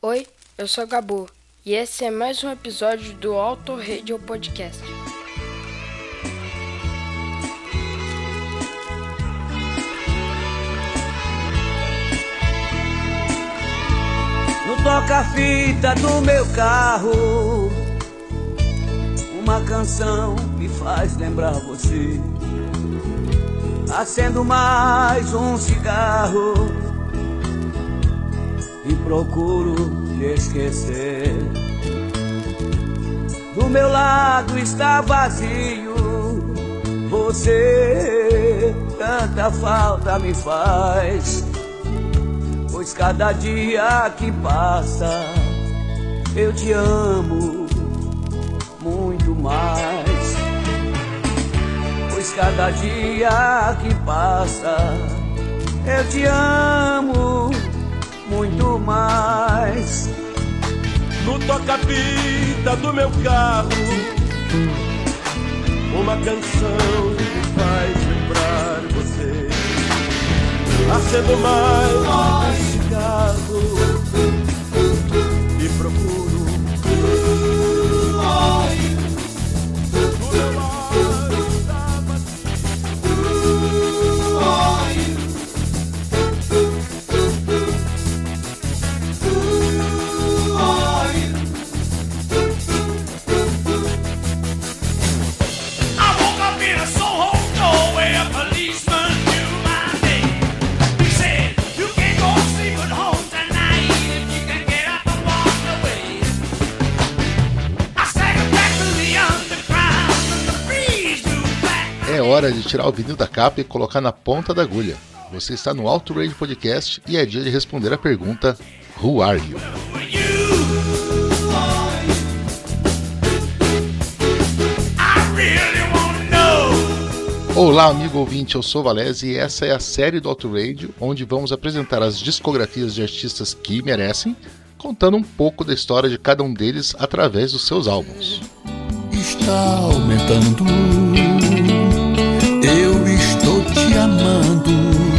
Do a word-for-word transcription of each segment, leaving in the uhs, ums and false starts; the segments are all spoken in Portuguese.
Oi, eu sou a Gabu e esse é mais um episódio do Auto Radio Podcast. No toca-fita do meu carro, uma canção me faz lembrar você. Acendo mais um cigarro e procuro te esquecer. Do meu lado está vazio, você tanta falta me faz. Pois cada dia que passa eu te amo muito mais. Pois cada dia que passa eu te amo muito mais. No toca-fita do meu carro, uma canção me faz lembrar você. Acendo mais um cigarro e procuro do meu lado da É hora de tirar o vinil da capa e colocar na ponta da agulha. Você está no Auto Radio Podcast e é dia de responder a pergunta Who are you? Olá, amigo ouvinte, eu sou Valese e essa é a série do Auto Radio, onde vamos apresentar as discografias de artistas que merecem, contando um pouco da história de cada um deles através dos seus álbuns. Está aumentando, eu estou te amando,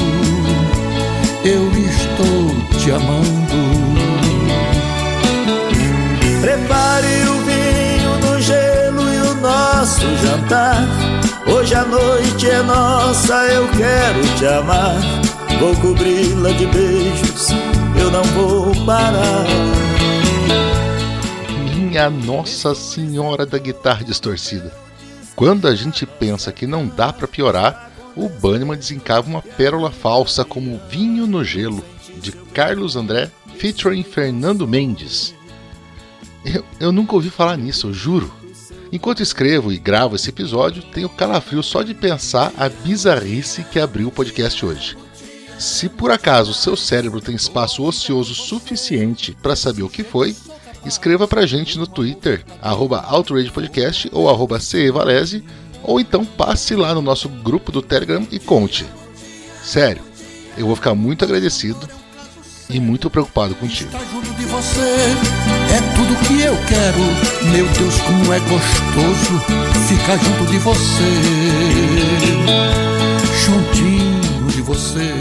eu estou te amando. Prepare o vinho no gelo e o nosso jantar. Hoje a noite é nossa, eu quero te amar. Vou cobri-la de beijos, eu não vou parar. Minha Nossa Senhora da Guitarra Distorcida. Quando a gente pensa que não dá pra piorar, o Bannerman desencava uma pérola falsa como Vinho no Gelo, de Carlos André, featuring Fernando Mendes. Eu, eu nunca ouvi falar nisso, eu juro. Enquanto escrevo e gravo esse episódio, tenho calafrio só de pensar a bizarrice que abriu o podcast hoje. Se por acaso seu cérebro tem espaço ocioso suficiente para saber o que foi, escreva pra gente no Twitter, arroba autoradiopodcast ou arroba cevalese, ou então passe lá no nosso grupo do Telegram e conte. Sério, eu vou ficar muito agradecido e muito preocupado contigo. Estar junto de você é tudo que eu quero. Meu Deus, como é gostoso ficar junto de você, juntinho de você.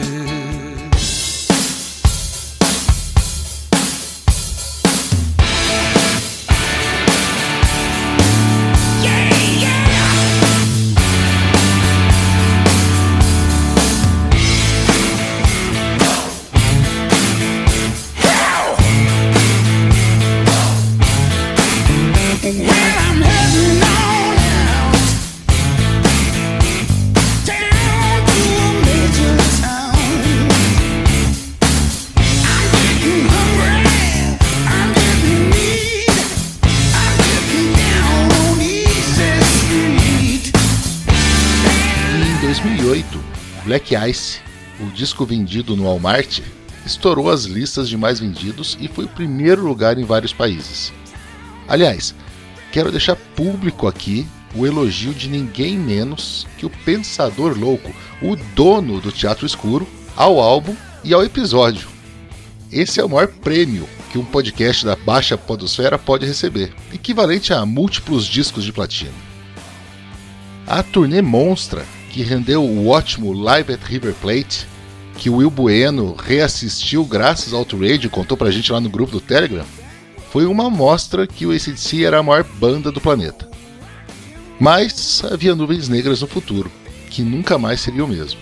Black Ice, o disco vendido no Walmart, estourou as listas de mais vendidos e foi o primeiro lugar em vários países. Aliás, quero deixar público aqui o elogio de ninguém menos que o Pensador Louco, o dono do Teatro Escuro, ao álbum e ao episódio. Esse é o maior prêmio que um podcast da baixa podosfera pode receber, equivalente a múltiplos discos de platino. A turnê Monstra, que rendeu o ótimo Live at River Plate, que o Will Bueno reassistiu graças ao Outrage e contou pra gente lá no grupo do Telegram, foi uma amostra que o A C D C era a maior banda do planeta. Mas havia nuvens negras no futuro, que nunca mais seria o mesmo.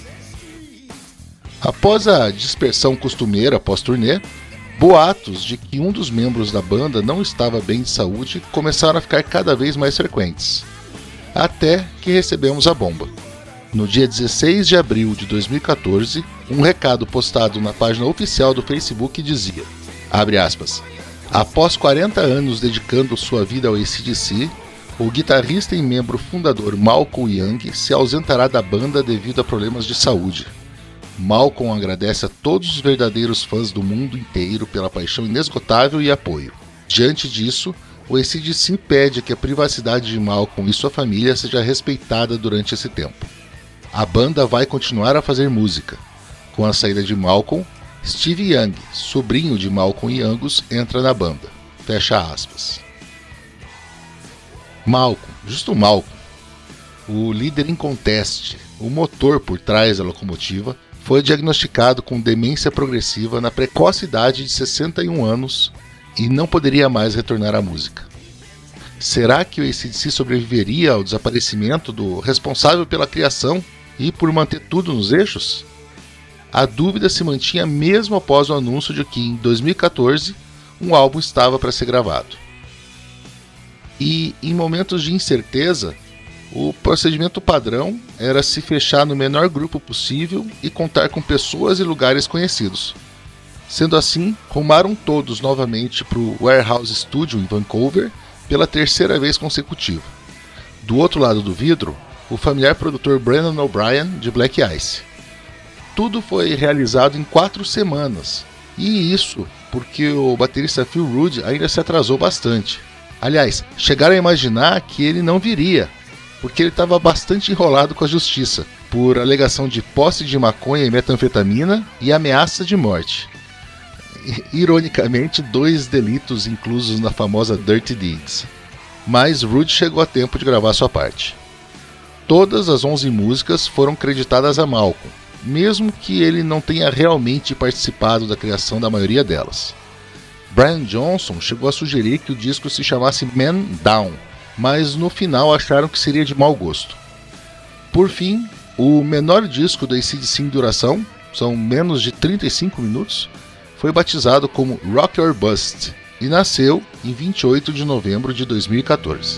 Após a dispersão costumeira pós-turnê, boatos de que um dos membros da banda não estava bem de saúde começaram a ficar cada vez mais frequentes, até que recebemos a bomba. No dia dezesseis de abril de dois mil e quatorze, um recado postado na página oficial do Facebook dizia, abre aspas, após quarenta anos dedicando sua vida ao A C D C, o guitarrista e membro fundador Malcolm Young se ausentará da banda devido a problemas de saúde. Malcolm agradece a todos os verdadeiros fãs do mundo inteiro pela paixão inesgotável e apoio. Diante disso, o A C D C pede que a privacidade de Malcolm e sua família seja respeitada durante esse tempo. A banda vai continuar a fazer música. Com a saída de Malcolm, Steve Young, sobrinho de Malcolm e Angus, entra na banda. Fecha aspas. Malcolm, justo Malcolm, o líder inconteste, o motor por trás da locomotiva, foi diagnosticado com demência progressiva na precoce idade de sessenta e um anos e não poderia mais retornar à música. Será que o A C D C sobreviveria ao desaparecimento do responsável pela criação e por manter tudo nos eixos? A dúvida se mantinha mesmo após o anúncio de que, em dois mil e quatorze, um álbum estava para ser gravado. E, em momentos de incerteza, o procedimento padrão era se fechar no menor grupo possível e contar com pessoas e lugares conhecidos. Sendo assim, rumaram todos novamente para o Warehouse Studio em Vancouver pela terceira vez consecutiva. Do outro lado do vidro, o familiar produtor Brendan O'Brien, de Black Ice. Tudo foi realizado em quatro semanas, e isso porque o baterista Phil Rudd ainda se atrasou bastante. Aliás, chegaram a imaginar que ele não viria, porque ele estava bastante enrolado com a justiça, por alegação de posse de maconha e metanfetamina e ameaça de morte. Ironicamente, dois delitos inclusos na famosa Dirty Deeds. Mas Rudd chegou a tempo de gravar sua parte. Todas as onze músicas foram creditadas a Malcolm, mesmo que ele não tenha realmente participado da criação da maioria delas. Brian Johnson chegou a sugerir que o disco se chamasse Man Down, mas no final acharam que seria de mau gosto. Por fim, o menor disco do A C D C em duração, são menos de trinta e cinco minutos, foi batizado como Rock or Bust e nasceu em vinte e oito de novembro de dois mil e quatorze.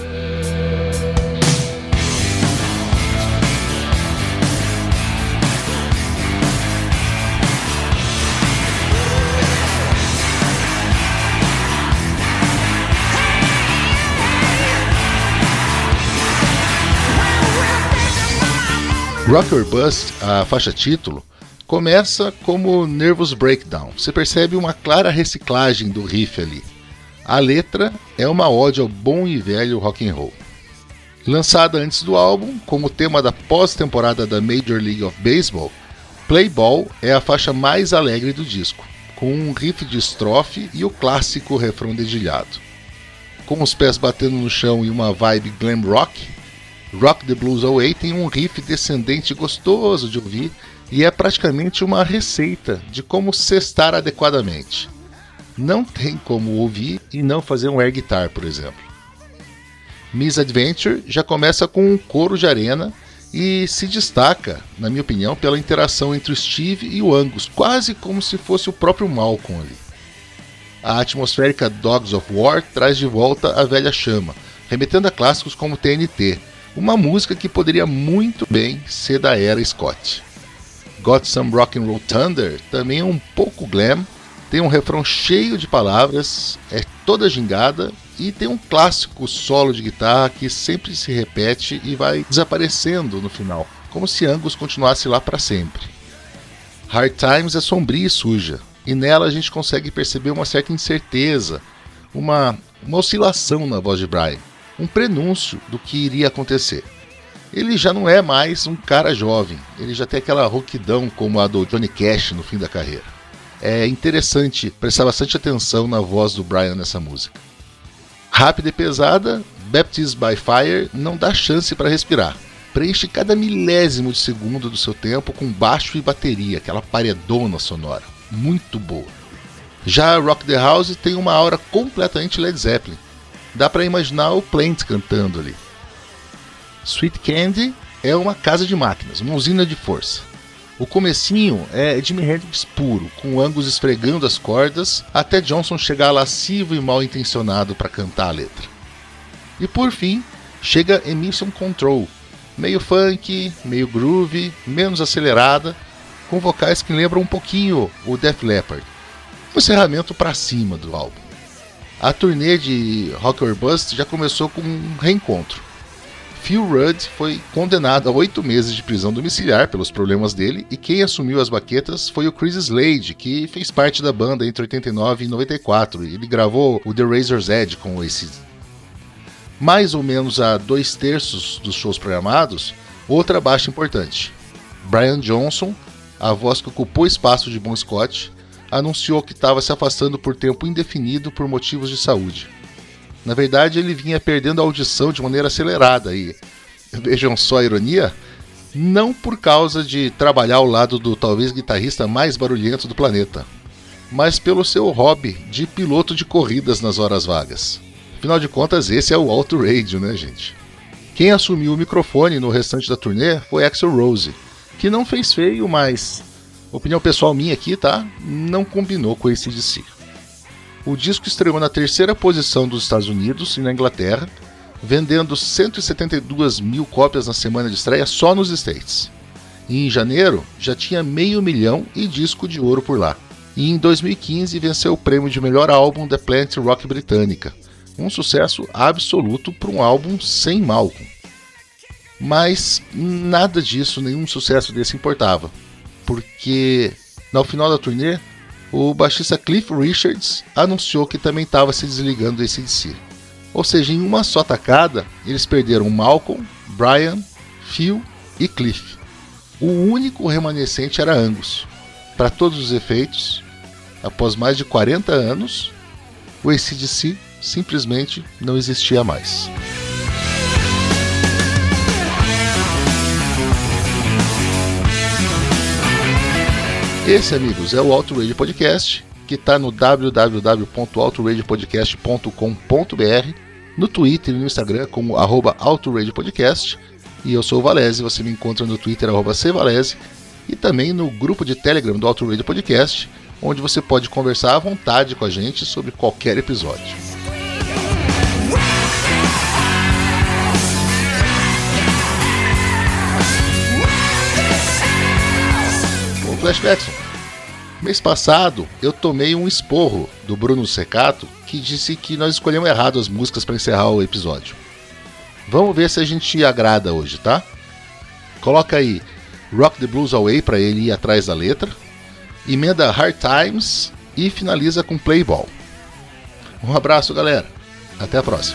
Rock or Bust, a faixa título, começa como Nervous Breakdown. Você percebe uma clara reciclagem do riff ali. A letra é uma ode ao bom e velho rock and roll. Lançada antes do álbum, como tema da pós-temporada da Major League of Baseball, Play Ball é a faixa mais alegre do disco, com um riff de estrofe e o clássico refrão dedilhado. Com os pés batendo no chão e uma vibe glam rock, Rock the Blues Away tem um riff descendente gostoso de ouvir e é praticamente uma receita de como cestar adequadamente. Não tem como ouvir e não fazer um air guitar, por exemplo. Misadventure já começa com um coro de arena e se destaca, na minha opinião, pela interação entre o Steve e o Angus, quase como se fosse o próprio Malcolm ali. A atmosférica Dogs of War traz de volta a velha chama, remetendo a clássicos como T N T, uma música que poderia muito bem ser da era Scott. Got Some Rock and Roll Thunder também é um pouco glam, tem um refrão cheio de palavras, é toda gingada e tem um clássico solo de guitarra que sempre se repete e vai desaparecendo no final, como se Angus continuasse lá para sempre. Hard Times é sombria e suja, e nela a gente consegue perceber uma certa incerteza, uma, uma oscilação na voz de Brian, um prenúncio do que iria acontecer. Ele já não é mais um cara jovem, ele já tem aquela rouquidão como a do Johnny Cash no fim da carreira. É interessante prestar bastante atenção na voz do Brian nessa música. Rápida e pesada, Baptized by Fire não dá chance para respirar. Preenche cada milésimo de segundo do seu tempo com baixo e bateria, aquela paredona sonora. Muito boa. Já Rock the House tem uma aura completamente Led Zeppelin. Dá para imaginar o Plant cantando ali. Sweet Candy é uma casa de máquinas, uma usina de força. O comecinho é Jimi Hendrix puro, com Angus esfregando as cordas, até Johnson chegar lascivo e mal intencionado para cantar a letra. E por fim, chega Emission Control, meio funk, meio groove, menos acelerada, com vocais que lembram um pouquinho o Def Leppard. Um encerramento para cima do álbum. A turnê de Rock or Bust já começou com um reencontro. Phil Rudd foi condenado a oito meses de prisão domiciliar pelos problemas dele, e quem assumiu as baquetas foi o Chris Slade, que fez parte da banda entre oitenta e nove e noventa e quatro, e ele gravou o The Razor's Edge com o A C D. Mais ou menos a dois terços dos shows programados, outra baixa importante. Brian Johnson, a voz que ocupou o espaço de Bon Scott, anunciou que estava se afastando por tempo indefinido por motivos de saúde. Na verdade, ele vinha perdendo a audição de maneira acelerada e, vejam só a ironia, não por causa de trabalhar ao lado do talvez guitarrista mais barulhento do planeta, mas pelo seu hobby de piloto de corridas nas horas vagas. Afinal de contas, esse é o Auto Radio, né, gente? Quem assumiu o microfone no restante da turnê foi Axl Rose, que não fez feio, mas, opinião pessoal minha aqui, tá? Não combinou com esse A C D C. O disco estreou na terceira posição dos Estados Unidos e na Inglaterra, vendendo cento e setenta e duas mil cópias na semana de estreia só nos States. E em janeiro já tinha meio milhão e disco de ouro por lá. E em dois mil e quinze venceu o prêmio de melhor álbum da Planet Rock britânica, um sucesso absoluto para um álbum sem Malcolm. Mas nada disso, nenhum sucesso desse importava, porque no final da turnê, o baixista Cliff Richards anunciou que também estava se desligando do A C D C. Ou seja, em uma só tacada, eles perderam Malcolm, Brian, Phil e Cliff. O único remanescente era Angus. Para todos os efeitos, após mais de quarenta anos, o A C D C simplesmente não existia mais. Esse, amigos, é o Auto Radio Podcast, que está no w w w ponto auto radio podcast ponto com ponto b r, no Twitter e no Instagram como arroba autoradiopodcast, e eu sou o Valese, você me encontra no Twitter arroba cvalese, e também no grupo de Telegram do Auto Radio Podcast, onde você pode conversar à vontade com a gente sobre qualquer episódio. Flashbacks. Mês passado eu tomei um esporro do Bruno Secato, que disse que nós escolhemos errado as músicas para encerrar o episódio. Vamos ver se a gente agrada hoje, tá? Coloca aí Rock the Blues Away para ele ir atrás da letra, emenda Hard Times e finaliza com Play Ball. Um abraço, galera. Até a próxima.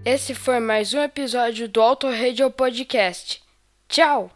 Esse foi mais um episódio do Auto Radio Podcast. Tchau!